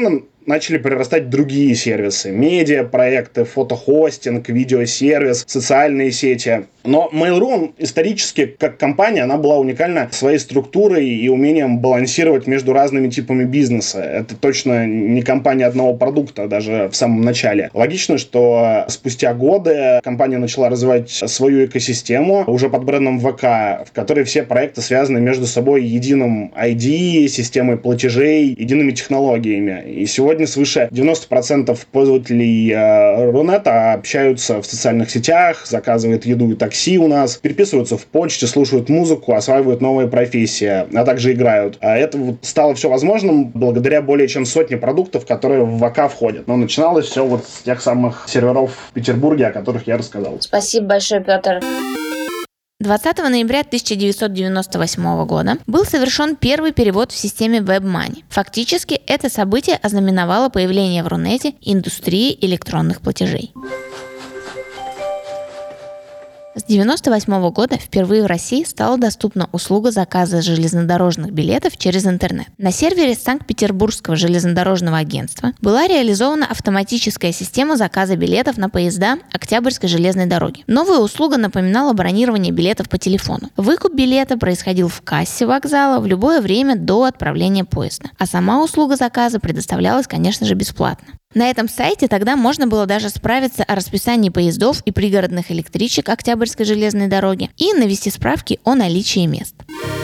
начали прирастать другие сервисы. Медиа-проекты, фотохостинг, видеосервис, социальные сети. Но Mail.ru, он исторически, как компания, она была уникальна своей структурой и умением балансировать между разными типами бизнеса. Это точно не компания одного продукта, даже в самом начале. Логично, что спустя годы компания начала развивать свою экосистему уже под брендом ВК, в которой все проекты связаны между собой единым ID, системой платежей, едиными технологиями. И сегодня свыше 90% пользователей Рунета общаются в социальных сетях, заказывают еду и такси у нас, переписываются в почте, слушают музыку, осваивают новые профессии, а также играют. А это вот стало все возможным благодаря более чем сотне продуктов, которые в ВК входят. Но начиналось все вот с тех самых серверов в Петербурге, о которых я рассказал. Спасибо большое, Петр. 20 ноября 1998 года был совершен первый перевод в системе WebMoney. Фактически, это событие ознаменовало появление в Рунете индустрии электронных платежей. С 1998 года впервые в России стала доступна услуга заказа железнодорожных билетов через интернет. На сервере Санкт-Петербургского железнодорожного агентства была реализована автоматическая система заказа билетов на поезда Октябрьской железной дороги. Новая услуга напоминала бронирование билетов по телефону. Выкуп билета происходил в кассе вокзала в любое время до отправления поезда. А сама услуга заказа предоставлялась, конечно же, бесплатно. На этом сайте тогда можно было даже справиться о расписании поездов и пригородных электричек Октябрьской железной дороги и навести справки о наличии мест.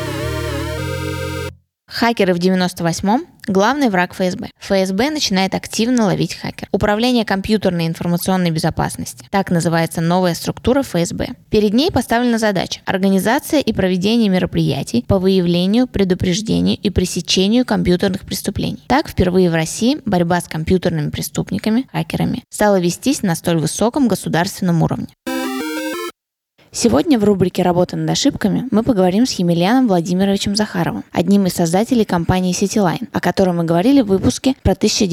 Хакеры в 98-м – главный враг ФСБ. ФСБ начинает активно ловить хакеров. Управление компьютерной информационной безопасности. Так называется новая структура ФСБ. Перед ней поставлена задача – организация и проведение мероприятий по выявлению, предупреждению и пресечению компьютерных преступлений. Так, впервые в России борьба с компьютерными преступниками, хакерами, стала вестись на столь высоком государственном уровне. Сегодня в рубрике «Работа над ошибками» мы поговорим с Емельяном Владимировичем Захаровым, одним из создателей компании CityLine, о которой мы говорили в выпуске про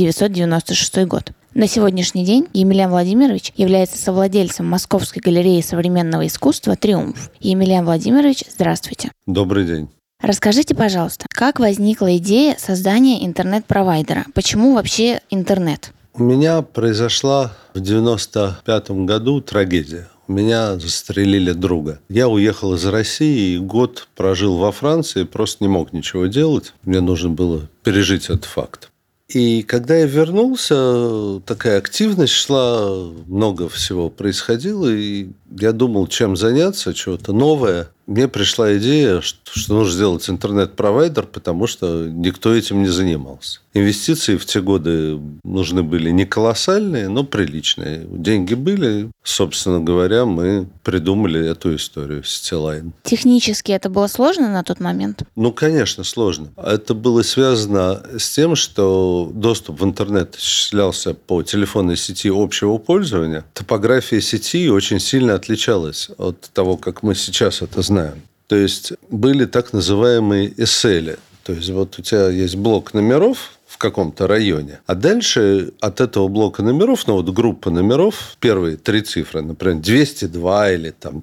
1996 год. На сегодняшний день Емельян Владимирович является совладельцем Московской галереи современного искусства «Триумф». Емельян Владимирович, здравствуйте. Добрый день. Расскажите, пожалуйста, как возникла идея создания интернет-провайдера? Почему вообще интернет? У меня произошла в 1995 году трагедия. Меня застрелили друга. Я уехал из России и год прожил во Франции, просто не мог ничего делать. Мне нужно было пережить этот факт. И когда я вернулся, такая активность шла, много всего происходило, и я думал, чем заняться, чего-то новое. Мне пришла идея, что нужно сделать интернет-провайдер, потому что никто этим не занимался. Инвестиции в те годы нужны были не колоссальные, но приличные. Деньги были. Собственно говоря, мы придумали эту историю CityLine. Технически это было сложно на тот момент? Ну, конечно, сложно. Это было связано с тем, что доступ в интернет осуществлялся по телефонной сети общего пользования. Топография сети очень сильно отличалась от того, как мы сейчас это знаем. То есть были так называемые SL. То есть вот у тебя есть блок номеров в каком-то районе. А дальше от этого блока номеров, ну вот группа номеров, первые 3 цифры, например, 202 или там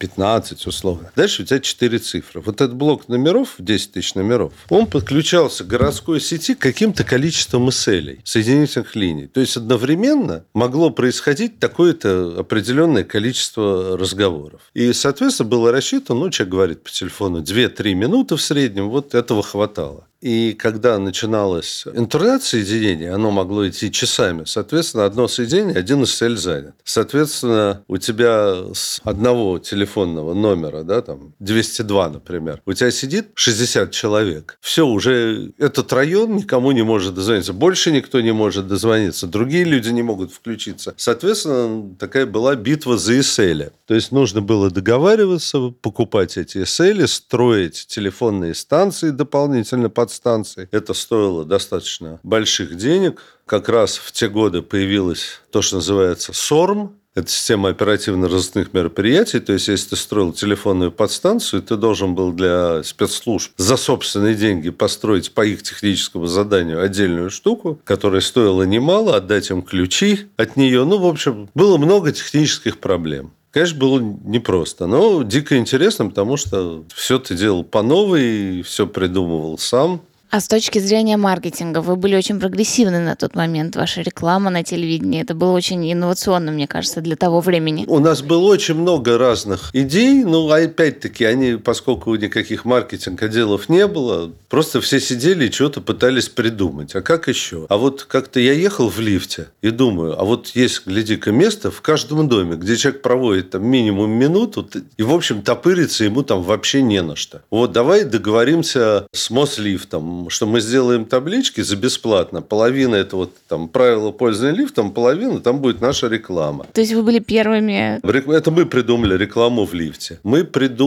315 условно. Дальше у тебя 4 цифры. Вот этот блок номеров, 10 тысяч номеров, он подключался к городской сети каким-то количеством SL, соединительных линий. То есть одновременно могло происходить такое-то определенное количество разговоров. И, соответственно, было рассчитано, человек говорит по телефону 2-3 минуты в среднем, вот этого хватало. И когда начиналось интернет-соединение, оно могло идти часами. Соответственно, одно соединение, один SL занят. Соответственно, у тебя с одного телефонного номера, да, там 202, например, у тебя сидит 60 человек. Все, уже этот район никому не может дозвониться. Больше никто не может дозвониться. Другие люди не могут включиться. Соответственно, такая была битва за SL. То есть нужно было договариваться, покупать эти SL, строить телефонные станции дополнительно под станции. Это стоило достаточно больших денег. Как раз в те годы появилось то, что называется СОРМ. Это система оперативно-розыскных мероприятий. То есть, если ты строил телефонную подстанцию, ты должен был для спецслужб за собственные деньги построить по их техническому заданию отдельную штуку, которая стоила немало, отдать им ключи от нее. Ну, в общем, было много технических проблем. Конечно, было непросто, но дико интересно, потому что все ты делал по новой, все придумывал сам. А с точки зрения маркетинга, вы были очень прогрессивны на тот момент. Ваша реклама на телевидении, это было очень инновационно, мне кажется, для того времени. У нас было очень много разных идей, но опять-таки они, поскольку никаких маркетинг-отделов не было, просто все сидели и что-то пытались придумать. А как еще? А вот как-то я ехал в лифте и думаю, а вот есть, гляди-ка, место в каждом доме, где человек проводит там минимум минуту, и, в общем, топыриться ему там вообще не на что. Вот давай договоримся с Мослифтом, что мы сделаем таблички за бесплатно. Половина – это вот там правила пользования лифтом, половина – там будет наша реклама. То есть вы были первыми? Это мы придумали рекламу в лифте. Мы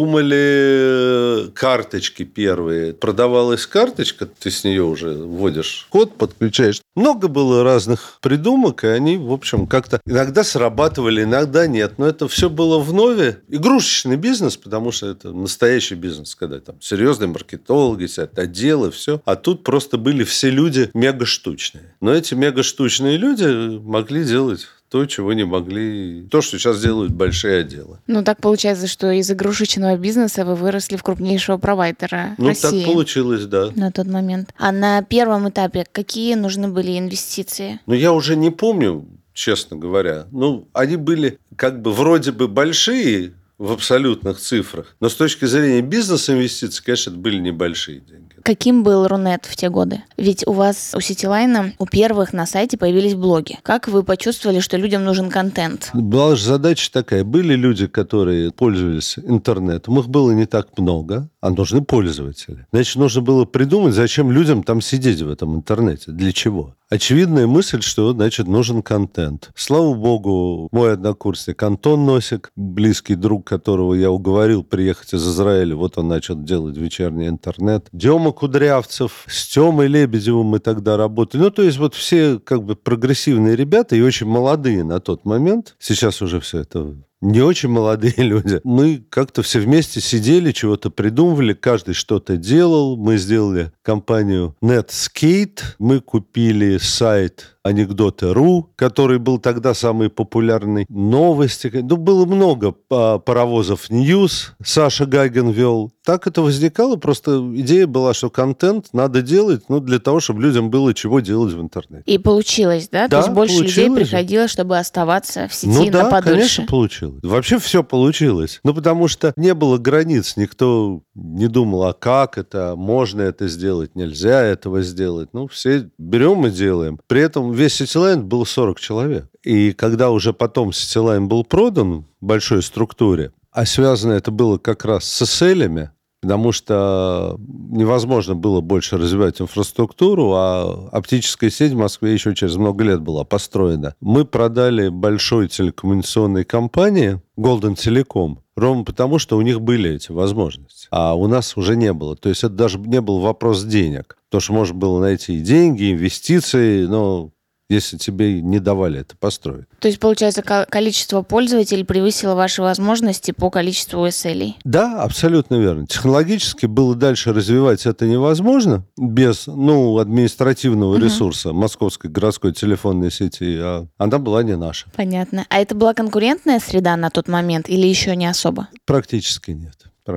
придумали карточки первые. Продавалась карточка, ты с нее уже вводишь код, подключаешь. Много было разных придумок, и они, в общем, как-то иногда срабатывали, иногда нет. Но это все было вновь игрушечный бизнес, потому что это настоящий бизнес, когда там серьезные маркетологи сидят, отделы, все. А тут просто были все люди мегаштучные. Но эти мегаштучные люди могли делать то, чего не могли... То, что сейчас делают большие отделы. Ну, так получается, что из игрушечного бизнеса вы выросли в крупнейшего провайдера России. Ну, так получилось, да. На тот момент. А на первом этапе какие нужны были инвестиции? Ну, я уже не помню, честно говоря. Ну, они были как бы вроде бы большие в абсолютных цифрах, но с точки зрения бизнес-инвестиций, конечно, это были небольшие деньги. Каким был Рунет в те годы? Ведь у вас, у Ситилайна, у первых на сайте появились блоги. Как вы почувствовали, что людям нужен контент? Была же задача такая. Были люди, которые пользовались интернетом. Их было не так много, а нужны пользователи. Значит, нужно было придумать, зачем людям там сидеть в этом интернете. Для чего? Очевидная мысль, что, значит, нужен контент. Слава богу, мой однокурсник Антон Носик, близкий друг, которого я уговорил приехать из Израиля, вот он начал делать вечерний интернет. Дема Кудрявцев, с Тёмой Лебедевым мы тогда работали. Ну, то есть вот все как бы прогрессивные ребята и очень молодые на тот момент. Сейчас уже все это... Не очень молодые люди. Мы как-то все вместе сидели, чего-то придумывали, каждый что-то делал. Мы сделали компанию Netscape, мы купили сайт Анекдоты.ру, который был тогда самый популярный. Новости. Ну, было много паровозов News. Саша Гагин вел. Так это возникало. Просто идея была, что контент надо делать, ну, для того, чтобы людям было чего делать в интернете. И получилось, да? То есть больше людей приходило, чтобы оставаться в сети на подольше. Конечно, получилось. Вообще все получилось. Ну, потому что не было границ. Никто не думал, а как это, можно это сделать, нельзя этого сделать. Ну, все берем и делаем. При этом весь Ситилайн был 40 человек. И когда уже потом Ситилайн был продан в большой структуре, а связано это было как раз с SL-ами, потому что невозможно было больше развивать инфраструктуру, а оптическая сеть в Москве еще через много лет была построена. Мы продали большой телекоммуникационной компании Golden Telecom, ровно потому, что у них были эти возможности, а у нас уже не было. То есть это даже не был вопрос денег, потому что можно было найти и деньги, инвестиции, но... если тебе не давали это построить. То есть, получается, количество пользователей превысило ваши возможности по количеству SL? Да, абсолютно верно. Технологически было дальше развивать это невозможно без, административного ресурса Московской городской телефонной сети, а она была не наша. Понятно. А это была конкурентная среда на тот момент или еще не особо? Практически нет.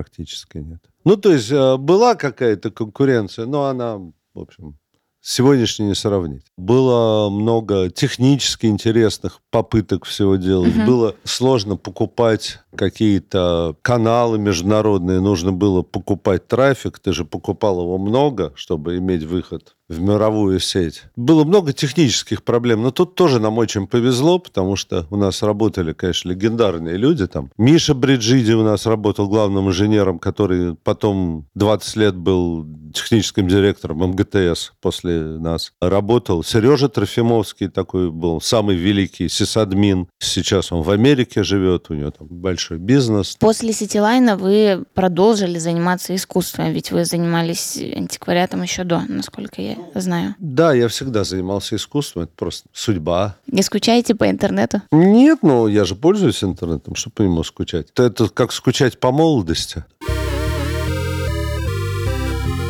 Ну, то есть, была какая-то конкуренция, но она, в общем... Сегодняшний не сравнить. Было много технически интересных попыток всего делать. Было сложно покупать какие-то каналы международные. Нужно было покупать трафик. Ты же покупал его много, чтобы иметь выход в мировую сеть. Было много технических проблем, но тут тоже нам очень повезло, потому что у нас работали, конечно, легендарные люди. Там Миша Бриджиди у нас работал главным инженером, который потом 20 лет был техническим директором МГТС после нас. Работал Сережа Трофимовский, такой был самый великий сисадмин. Сейчас он в Америке живет, у него там большой бизнес. После Ситилайна вы продолжили заниматься искусством, ведь вы занимались антиквариатом еще до, насколько я знаю. Да, я всегда занимался искусством, это просто судьба. Не скучаете по интернету? Нет, но я же пользуюсь интернетом, чтобы по нему скучать. Это как скучать по молодости.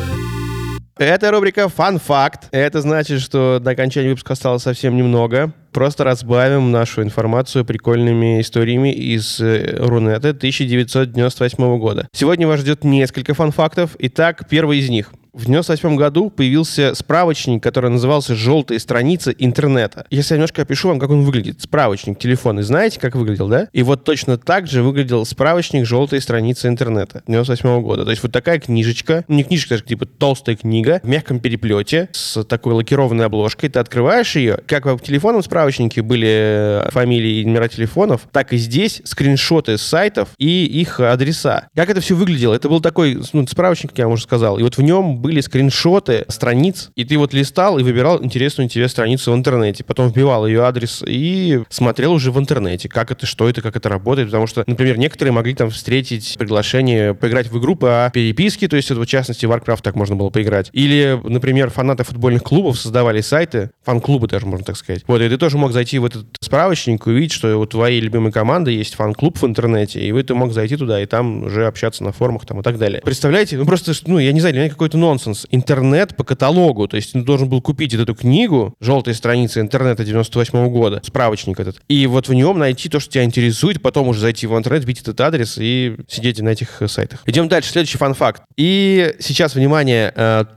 Это рубрика «Фан-факт». Это значит, что до окончания выпуска осталось совсем немного. просто разбавим нашу информацию прикольными историями из Рунета 1998 года. Сегодня вас ждет несколько фан-фактов. Итак, первый из них. В 1998 году появился справочник, который назывался «Желтые страницы интернета». Если я немножко опишу вам, как он выглядит. Справочник телефонный. Знаете, как выглядел, да? И вот точно так же выглядел справочник «Желтые страницы интернета» 1998 года. То есть вот такая книжечка, не книжечка, даже типа толстая книга, в мягком переплете, с такой лакированной обложкой. Ты открываешь ее, как в телефонном справочнике были фамилии и номера телефонов, так и здесь скриншоты с сайтов и их адреса. Как это все выглядело? Это был такой справочник, как я уже сказал. И вот в нем были скриншоты страниц, и ты вот листал и выбирал интересную тебе страницу в интернете, потом вбивал ее адрес и смотрел уже в интернете, как это, что это, как это работает, потому что, например, некоторые могли там встретить приглашение поиграть в игру по переписке, то есть это, в частности, в Warcraft так можно было поиграть. Или, например, фанаты футбольных клубов создавали сайты, фан-клубы даже, можно так сказать. Вот, и ты тоже мог зайти в этот справочник и увидеть, что у твоей любимой команды есть фан-клуб в интернете, и ты мог зайти туда и там уже общаться на форумах там и так далее. Представляете? Просто, я не знаю, для меня какой-то нонсенс. Интернет по каталогу. То есть ты должен был купить эту книгу «Желтые страницы интернета» 98 года, справочник этот, и вот в нем найти то, что тебя интересует, потом уже зайти в интернет, вбить этот адрес и сидеть на этих сайтах. Идем дальше. Следующий фан-факт. И сейчас, внимание,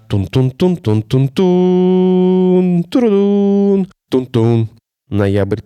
тун-тун-тун-тун-тун-тун-тун. Ноябрь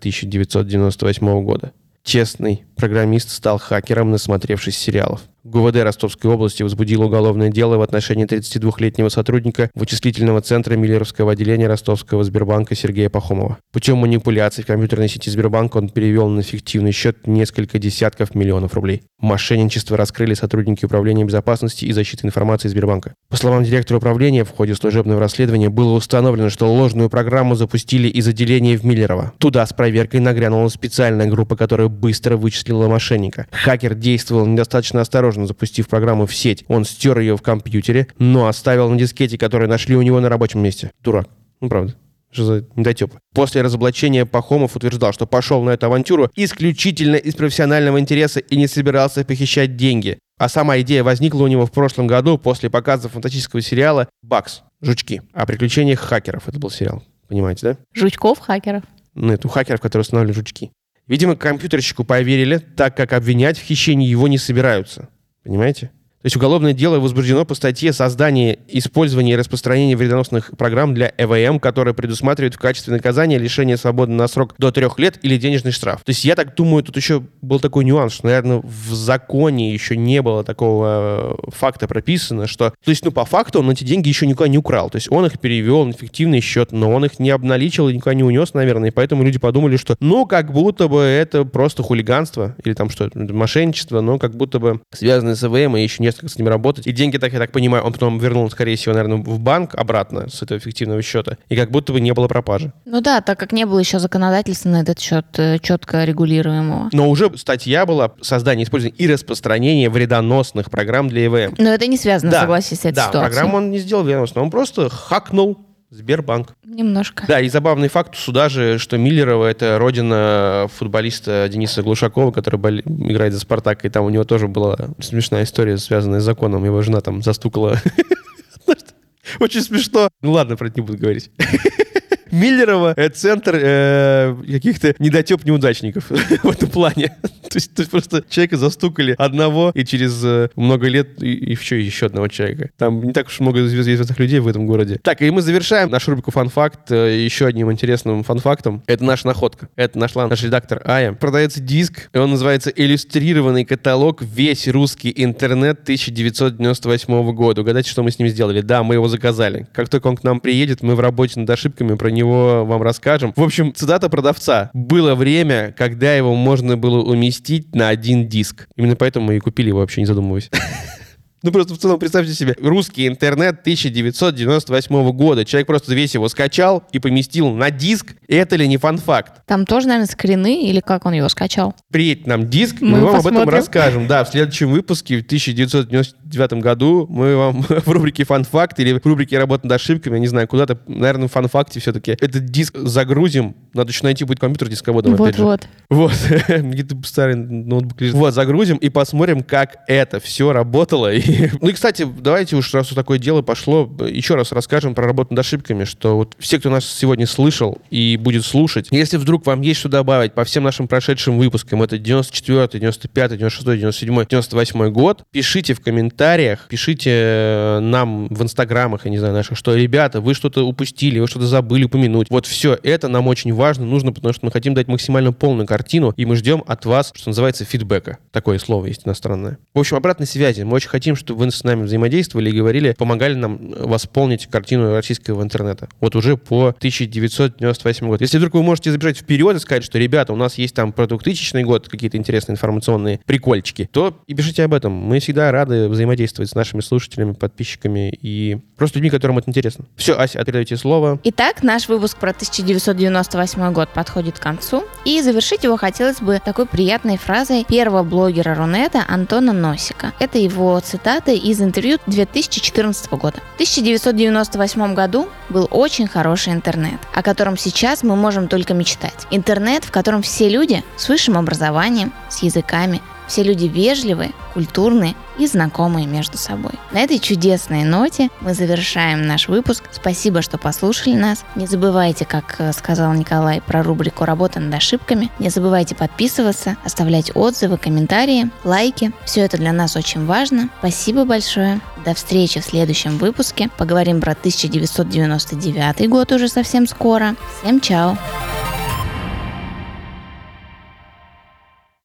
1998 года. Честный программист стал хакером, насмотревшись сериалов. ГУВД Ростовской области возбудило уголовное дело в отношении 32-летнего сотрудника вычислительного центра Миллеровского отделения Ростовского Сбербанка Сергея Пахомова. Путем манипуляций в компьютерной сети Сбербанка он перевел на фиктивный счет несколько десятков миллионов рублей. Мошенничество раскрыли сотрудники Управления безопасности и защиты информации Сбербанка. По словам директора управления, в ходе служебного расследования было установлено, что ложную программу запустили из отделения в Миллерово. Туда с проверкой нагрянула специальная группа, которая быстро вычислила мошенника. Хакер действовал недостаточно осторожно, запустив программу в сеть. Он стер ее в компьютере, но оставил на дискете, который нашли у него на рабочем месте. Дурак. Правда. Что за недотепы. После разоблачения Пахомов утверждал, что пошел на эту авантюру исключительно из профессионального интереса и не собирался похищать деньги. А сама идея возникла у него в прошлом году после показа фантастического сериала «Бакс. Жучки». О приключениях хакеров. Это был сериал. Понимаете, да? Жучков-хакеров. Это у хакеров, которые устанавливали жучки. Видимо, компьютерщику поверили, так как обвинять в хищении его не собираются. Понимаете? То есть уголовное дело возбуждено по статье «Создание, использование и распространение вредоносных программ для ЭВМ», которая предусматривает в качестве наказания лишение свободы на срок до 3 лет или денежный штраф. То есть я так думаю, тут еще был такой нюанс, что, наверное, в законе еще не было такого факта прописано, что... То есть, по факту он эти деньги еще никуда не украл. То есть он их перевел на фиктивный счет, но он их не обналичил и никуда не унес, наверное, и поэтому люди подумали, что, как будто бы это просто хулиганство или там что-то, мошенничество, но как будто бы связанное с ЭВМ и еще несколько с ним работать. И деньги, так я так понимаю, он потом вернул, скорее всего, наверное, в банк обратно с этого фиктивного счета. И как будто бы не было пропажи. Да, так как не было еще законодательства на этот счет четко регулируемого. Но уже статья была «Создание, использование и распространение вредоносных программ для ЭВМ». Но это не связано, согласись, с этой ситуацией. Да, программу он не сделал вредоносной, он просто хакнул Сбербанк. Немножко. Да, и забавный факт у суда же, что Миллерово — это родина футболиста Дениса Глушакова, который играет за «Спартак», и там у него тоже была смешная история, связанная с законом. Его жена там застукала. Очень смешно. Ладно, про это не буду говорить. Миллерово — это центр каких-то недотеп-неудачников в этом плане. То есть просто человека застукали одного, и через много лет еще одного человека. Там не так уж много известных людей в этом городе. Так, и мы завершаем нашу рубрику «Фан-факт» еще одним интересным фан-фактом. Это наша находка. Это нашла наш редактор Ая. Продается диск, и он называется «Иллюстрированный каталог. Весь русский интернет 1998 года». Угадайте, что мы с ним сделали? Да, мы его заказали. Как только он к нам приедет, мы в работе над ошибками про него вам расскажем. В общем, цитата продавца. «Было время, когда его можно было уместить на один диск». Именно поэтому мы и купили его, вообще не задумываясь. Просто в целом представьте себе, русский интернет 1998 года. Человек просто весь его скачал и поместил на диск. Это ли не фан-факт? Там тоже, наверное, скрины или как он его скачал? Приедет нам диск, мы вам об этом расскажем. Да, в следующем выпуске, в 1999 году, мы вам в рубрике «Фан-факт» или в рубрике «Работа над ошибками», я не знаю, куда-то, наверное, в «Фан-факте» все-таки этот диск загрузим. Надо еще найти будет компьютер дисководом, опять же. Вот. Где-то старый ноутбук лежит. Вот, загрузим и посмотрим, как это все работало и Ну и, кстати, давайте уж, раз такое дело пошло, еще раз расскажем про работу над ошибками, что вот все, кто нас сегодня слышал и будет слушать, если вдруг вам есть что добавить по всем нашим прошедшим выпускам, это 94-й, 95-й, 96-й, 97-й, 98-й год, пишите в комментариях, пишите нам в инстаграмах, я не знаю, наших, что, ребята, вы что-то упустили, вы что-то забыли упомянуть. Вот все это нам очень важно, нужно, потому что мы хотим дать максимально полную картину, и мы ждем от вас, что называется, фидбэка. Такое слово есть иностранное. В общем, обратной связи. Мы очень хотим, чтобы вы с нами взаимодействовали и говорили, помогали нам восполнить картину российского интернета. Вот уже по 1998 год. Если вдруг вы можете забежать вперед и сказать, что, ребята, у нас есть там про 2000 год какие-то интересные информационные прикольчики, то и пишите об этом. Мы всегда рады взаимодействовать с нашими слушателями, подписчиками и просто людьми, которым это интересно. Все, Ася, передаете слово. Итак, наш выпуск про 1998 год подходит к концу. И завершить его хотелось бы такой приятной фразой первого блогера Рунета Антона Носика. Это его цитата из интервью 2014 года. В 1998 году был очень хороший интернет, о котором сейчас мы можем только мечтать. Интернет, в котором все люди с высшим образованием, с языками, все люди вежливые, культурные и знакомые между собой. На этой чудесной ноте мы завершаем наш выпуск. Спасибо, что послушали нас. Не забывайте, как сказал Николай, про рубрику «Работа над ошибками». Не забывайте подписываться, оставлять отзывы, комментарии, лайки. Все это для нас очень важно. Спасибо большое. До встречи в следующем выпуске. Поговорим про 1999 год уже совсем скоро. Всем чао!